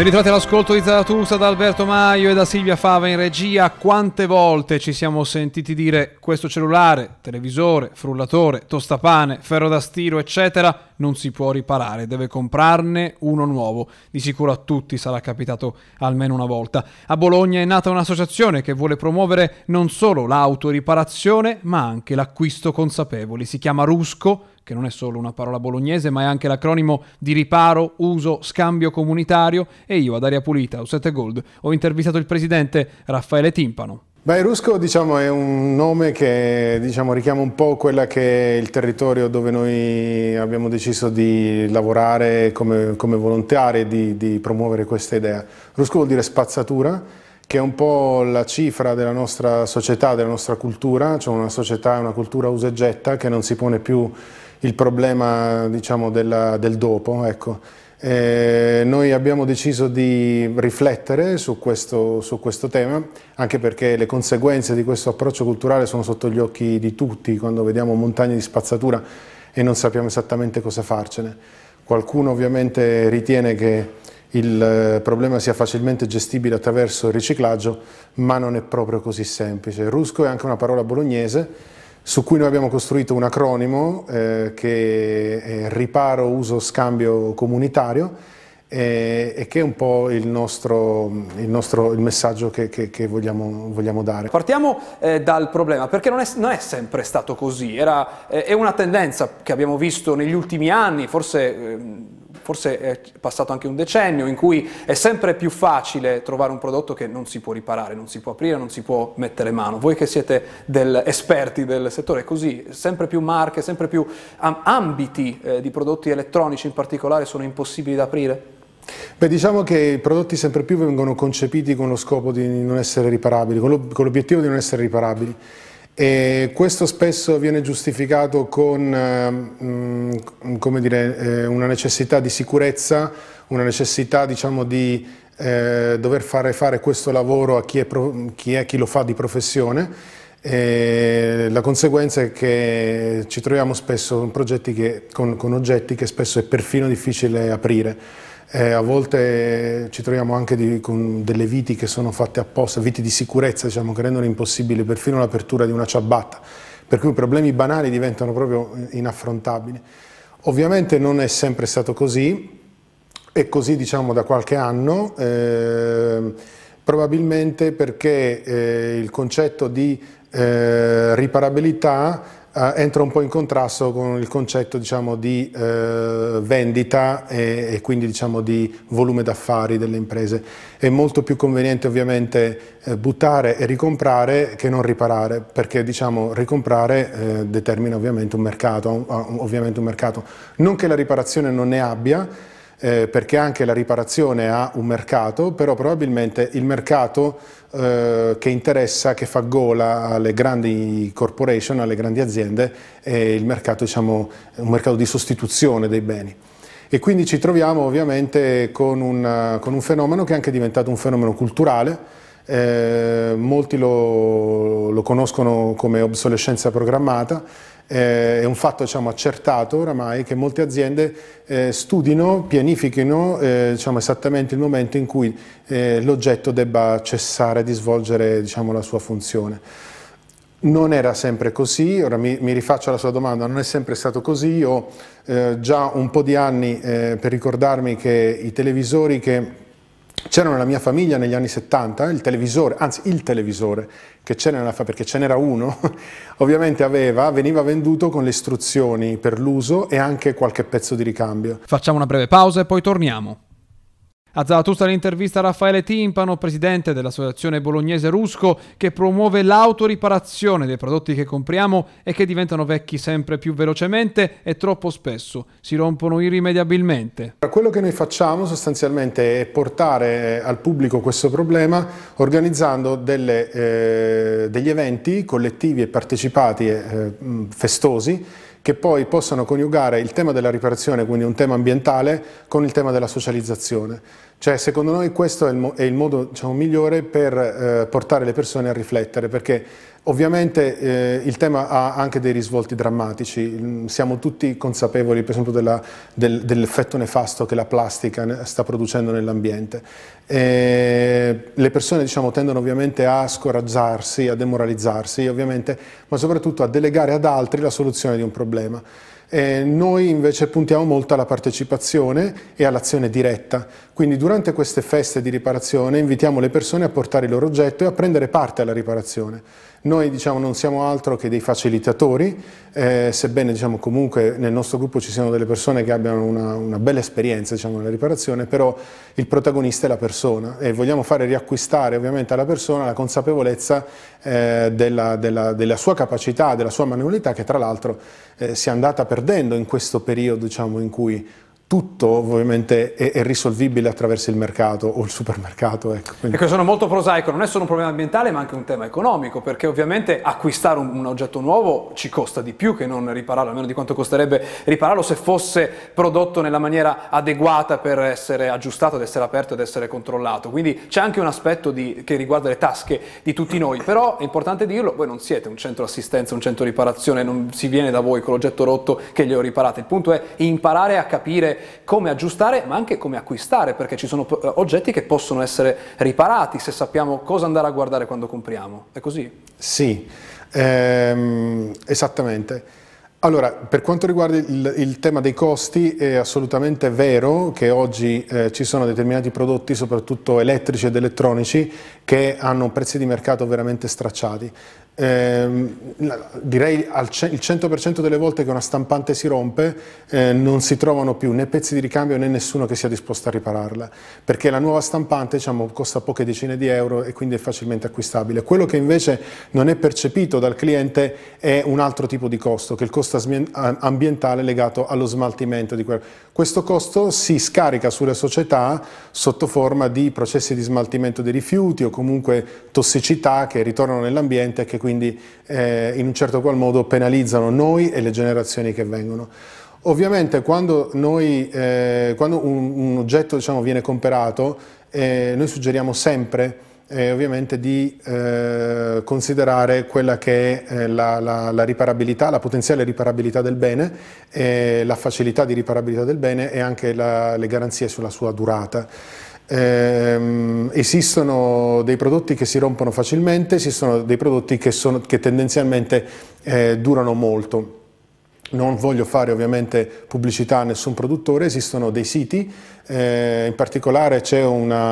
Ben ritrovati all'ascolto di Zarathustra da Alberto Maio e da Silvia Fava in regia. Quante volte ci siamo sentiti dire questo cellulare, televisore, frullatore, tostapane, ferro da stiro, eccetera, non si può riparare, deve comprarne uno nuovo. Di sicuro a tutti sarà capitato almeno una volta. A Bologna è nata un'associazione che vuole promuovere non solo l'autoriparazione, ma anche l'acquisto consapevoli. Si chiama Rusco, che non è solo una parola bolognese, ma è anche l'acronimo di riparo, uso, scambio comunitario, e io ad Aria Pulita, a 7 Gold, ho intervistato il presidente Raffaele Timpano. Beh, Rusco è un nome che richiama un po' quella che è il territorio dove noi abbiamo deciso di lavorare come volontari e di promuovere questa idea. Rusco vuol dire spazzatura, che è un po' la cifra della nostra società, della nostra cultura, cioè una società e una cultura usa e getta che non si pone più il problema del dopo. Ecco. Noi abbiamo deciso di riflettere su questo tema, anche perché le conseguenze di questo approccio culturale sono sotto gli occhi di tutti quando vediamo montagne di spazzatura e non sappiamo esattamente cosa farcene. Qualcuno ovviamente ritiene che il problema sia facilmente gestibile attraverso il riciclaggio, ma non è proprio così semplice. Rusco è anche una parola bolognese su cui noi abbiamo costruito un acronimo che è riparo, uso, scambio comunitario e che è un po' il messaggio che vogliamo dare. Partiamo dal problema, perché non è sempre stato così, è una tendenza che abbiamo visto negli ultimi anni, forse è passato anche un decennio, in cui è sempre più facile trovare un prodotto che non si può riparare, non si può aprire, non si può mettere mano. Voi che siete esperti del settore, è così, sempre più marche, sempre più ambiti di prodotti elettronici in particolare sono impossibili da aprire? Beh, diciamo che i prodotti sempre più vengono concepiti con lo scopo di non essere riparabili, con l'obiettivo di non essere riparabili. E questo spesso viene giustificato con una necessità di sicurezza, una necessità di dover fare questo lavoro a chi lo fa di professione. La conseguenza è che ci troviamo spesso con progetti con oggetti che spesso è perfino difficile aprire. A volte ci troviamo anche con delle viti che sono fatte apposta, viti di sicurezza, che rendono impossibile perfino l'apertura di una ciabatta, per cui i problemi banali diventano proprio inaffrontabili. Ovviamente non è sempre stato così, è così da qualche anno, probabilmente perché il concetto di riparabilità entra un po' in contrasto con il concetto di vendita e quindi di volume d'affari delle imprese. È molto più conveniente ovviamente buttare e ricomprare che non riparare, perché ricomprare determina ovviamente un mercato, non che la riparazione non ne abbia, perché anche la riparazione ha un mercato, però probabilmente il mercato che interessa, che fa gola alle grandi corporation, alle grandi aziende, è il mercato, un mercato di sostituzione dei beni. E quindi ci troviamo ovviamente con un fenomeno che è anche diventato un fenomeno culturale. Molti lo conoscono come obsolescenza programmata. È un fatto accertato oramai che molte aziende studino, pianifichino esattamente il momento in cui l'oggetto debba cessare di svolgere la sua funzione. Non era sempre così, ora mi rifaccio alla sua domanda, non è sempre stato così. Io ho già un po' di anni per ricordarmi che i televisori che c'erano nella mia famiglia negli anni 70, il televisore che c'era nella famiglia, perché ce n'era uno, ovviamente veniva venduto con le istruzioni per l'uso e anche qualche pezzo di ricambio. Facciamo una breve pausa e poi torniamo. A Zarathustra l'intervista a Raffaele Timpano, presidente dell'associazione bolognese Rusco, che promuove l'autoriparazione dei prodotti che compriamo e che diventano vecchi sempre più velocemente e troppo spesso si rompono irrimediabilmente. Quello che noi facciamo sostanzialmente è portare al pubblico questo problema organizzando degli eventi collettivi e partecipati e festosi, che poi possano coniugare il tema della riparazione, quindi un tema ambientale, con il tema della socializzazione. Cioè, secondo noi questo è il modo migliore per portare le persone a riflettere, perché Ovviamente il tema ha anche dei risvolti drammatici, siamo tutti consapevoli per esempio dell'effetto nefasto che la plastica sta producendo nell'ambiente. Le persone diciamo, tendono ovviamente a scoraggiarsi, a demoralizzarsi ovviamente, ma soprattutto a delegare ad altri la soluzione di un problema. Noi invece puntiamo molto alla partecipazione e all'azione diretta, quindi durante queste feste di riparazione invitiamo le persone a portare il loro oggetto e a prendere parte alla riparazione. Noi diciamo, non siamo altro che dei facilitatori, sebbene diciamo, comunque nel nostro gruppo ci siano delle persone che abbiano una bella esperienza diciamo, nella riparazione, però il protagonista è la persona e vogliamo fare riacquistare ovviamente alla persona la consapevolezza della sua capacità, della sua manualità che tra l'altro si è andata perdendo in questo periodo diciamo, in cui tutto ovviamente è risolvibile attraverso il mercato o il supermercato. Ecco. Ecco, sono molto prosaico, non è solo un problema ambientale ma anche un tema economico, perché ovviamente acquistare un oggetto nuovo ci costa di più che non ripararlo, almeno di quanto costerebbe ripararlo se fosse prodotto nella maniera adeguata per essere aggiustato, ad essere aperto ed essere controllato. Quindi c'è anche un aspetto che riguarda le tasche di tutti noi, però è importante dirlo, voi non siete un centro assistenza, un centro riparazione, non si viene da voi con l'oggetto rotto che glielo riparate, il punto è imparare a capire come aggiustare ma anche come acquistare, perché ci sono oggetti che possono essere riparati se sappiamo cosa andare a guardare quando compriamo, è così? Sì, esattamente. Allora, per quanto riguarda il tema dei costi è assolutamente vero che oggi ci sono determinati prodotti, soprattutto elettrici ed elettronici, che hanno prezzi di mercato veramente stracciati. Direi il 100% delle volte che una stampante si rompe non si trovano più né pezzi di ricambio né nessuno che sia disposto a ripararla, perché la nuova stampante diciamo, costa poche decine di euro e quindi è facilmente acquistabile. Quello che invece non è percepito dal cliente è un altro tipo di costo, che è il costo ambientale legato allo smaltimento di quello. Questo costo si scarica sulle società sotto forma di processi di smaltimento dei rifiuti o comunque tossicità che ritornano nell'ambiente e che quindi in un certo qual modo penalizzano noi e le generazioni che vengono. Ovviamente quando un oggetto diciamo, viene comperato noi suggeriamo sempre ovviamente di considerare quella che è la riparabilità, la potenziale riparabilità del bene, la facilità di riparabilità del bene e anche le garanzie sulla sua durata. Esistono dei prodotti che si rompono facilmente, esistono dei prodotti che tendenzialmente durano molto. Non voglio fare ovviamente pubblicità a nessun produttore, esistono dei siti, in particolare c'è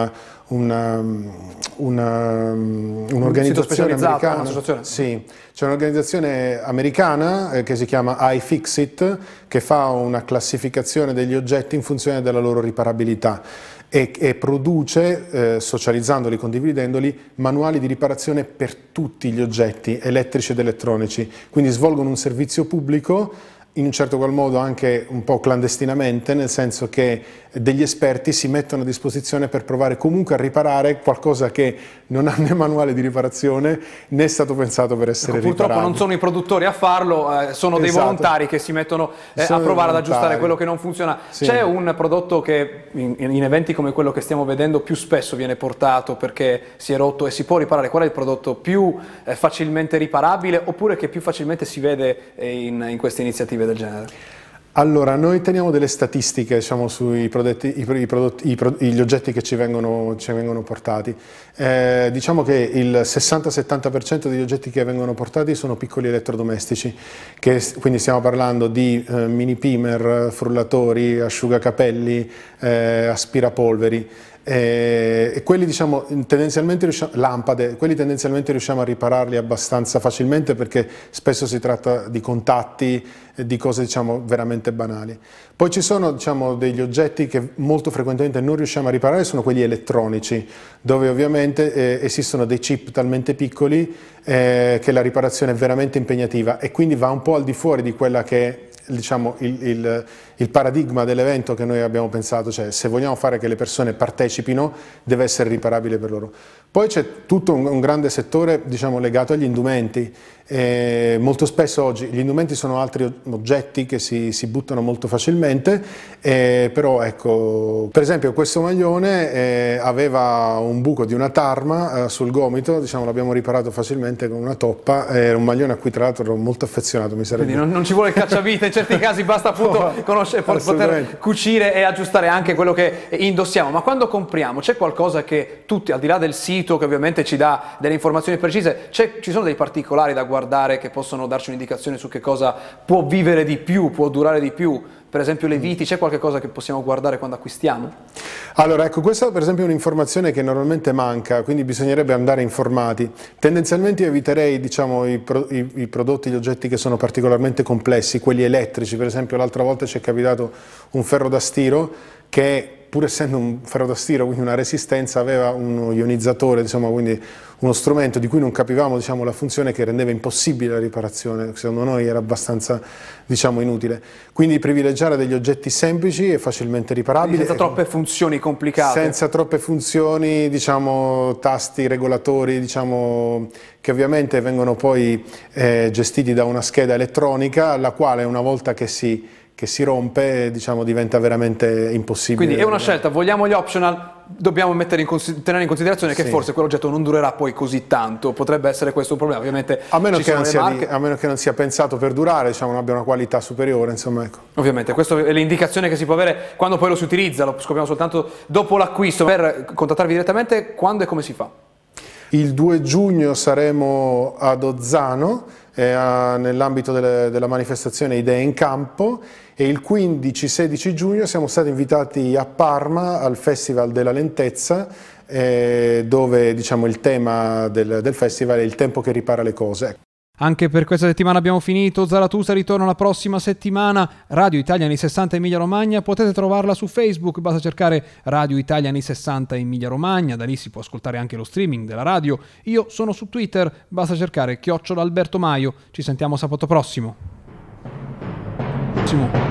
un'organizzazione americana, sì, c'è un'organizzazione americana che si chiama iFixit che fa una classificazione degli oggetti in funzione della loro riparabilità e produce, socializzandoli, condividendoli, manuali di riparazione per tutti gli oggetti elettrici ed elettronici, quindi svolgono un servizio pubblico in un certo qual modo anche un po' clandestinamente, nel senso che degli esperti si mettono a disposizione per provare comunque a riparare qualcosa che non ha né manuale di riparazione né è stato pensato per essere riparato. Purtroppo non sono i produttori a farlo, sono dei volontari che si mettono a provare ad aggiustare quello che non funziona. Sì. C'è un prodotto che in eventi come quello che stiamo vedendo più spesso viene portato perché si è rotto e si può riparare? Qual è il prodotto più facilmente riparabile oppure che più facilmente si vede in queste iniziative del genere? Allora, noi teniamo delle statistiche diciamo, sui gli oggetti che ci vengono portati. Diciamo che il 60-70% degli oggetti che vengono portati sono piccoli elettrodomestici, quindi stiamo parlando di mini primer, frullatori, asciugacapelli, aspirapolveri. E quelli diciamo tendenzialmente lampade, quelli tendenzialmente riusciamo a ripararli abbastanza facilmente perché spesso si tratta di contatti, di cose diciamo veramente banali. Poi ci sono diciamo degli oggetti che molto frequentemente non riusciamo a riparare, sono quelli elettronici, dove ovviamente esistono dei chip talmente piccoli che la riparazione è veramente impegnativa e quindi va un po' al di fuori di quella che è diciamo, il paradigma dell'evento che noi abbiamo pensato, cioè se vogliamo fare che le persone partecipino deve essere riparabile per loro. Poi c'è tutto un grande settore diciamo, legato agli indumenti, Molto spesso oggi gli indumenti sono altri oggetti che si buttano molto facilmente, però ecco, per esempio questo maglione aveva un buco di una tarma sul gomito, diciamo, l'abbiamo riparato facilmente con una toppa, era un maglione a cui tra l'altro ero molto affezionato. Quindi non ci vuole il cacciavite, in certi casi basta appunto poter cucire e aggiustare anche quello che indossiamo. Ma quando compriamo c'è qualcosa che tutti, al di là del sito che ovviamente ci dà delle informazioni precise, ci sono dei particolari da guardare che possono darci un'indicazione su che cosa può vivere di più, può durare di più? Per esempio le viti, c'è qualche cosa che possiamo guardare quando acquistiamo? Allora, ecco, questa per esempio è un'informazione che normalmente manca, quindi bisognerebbe andare informati. Tendenzialmente io eviterei, diciamo, i prodotti, gli oggetti che sono particolarmente complessi, quelli elettrici. Per esempio l'altra volta ci è capitato un ferro da stiro che, pur essendo un ferro da stiro, quindi una resistenza, aveva uno ionizzatore, diciamo, quindi uno strumento di cui non capivamo, diciamo, la funzione, che rendeva impossibile la riparazione. Secondo noi era abbastanza, diciamo, inutile. Quindi privilegiare degli oggetti semplici e facilmente riparabili. Senza troppe funzioni complicate. Senza troppe funzioni, diciamo, tasti regolatori, diciamo, che ovviamente vengono poi gestiti da una scheda elettronica, la quale una volta che si rompe, diciamo, diventa veramente impossibile. Quindi è una scelta, vogliamo gli optional, dobbiamo tenere in considerazione che forse quell'oggetto non durerà poi così tanto, potrebbe essere questo un problema, ovviamente a meno che non sia pensato per durare, diciamo, non abbia una qualità superiore, insomma, ecco. Ovviamente, questa è l'indicazione che si può avere quando poi lo si utilizza, lo scopriamo soltanto dopo l'acquisto. Per contattarvi direttamente, quando e come si fa? Il 2 giugno saremo ad Ozzano, nell'ambito della manifestazione Idee in Campo, e il 15-16 giugno siamo stati invitati a Parma al Festival della Lentezza, dove, diciamo, il tema del festival è il tempo che ripara le cose. Anche per questa settimana abbiamo finito. Zarathustra ritorna la prossima settimana. Radio Italia anni 60 Emilia Romagna, potete trovarla su Facebook, basta cercare Radio Italia anni 60 Emilia Romagna, da lì si può ascoltare anche lo streaming della radio. Io sono su Twitter, basta cercare @AlbertoMaio. Ci sentiamo sabato prossimo.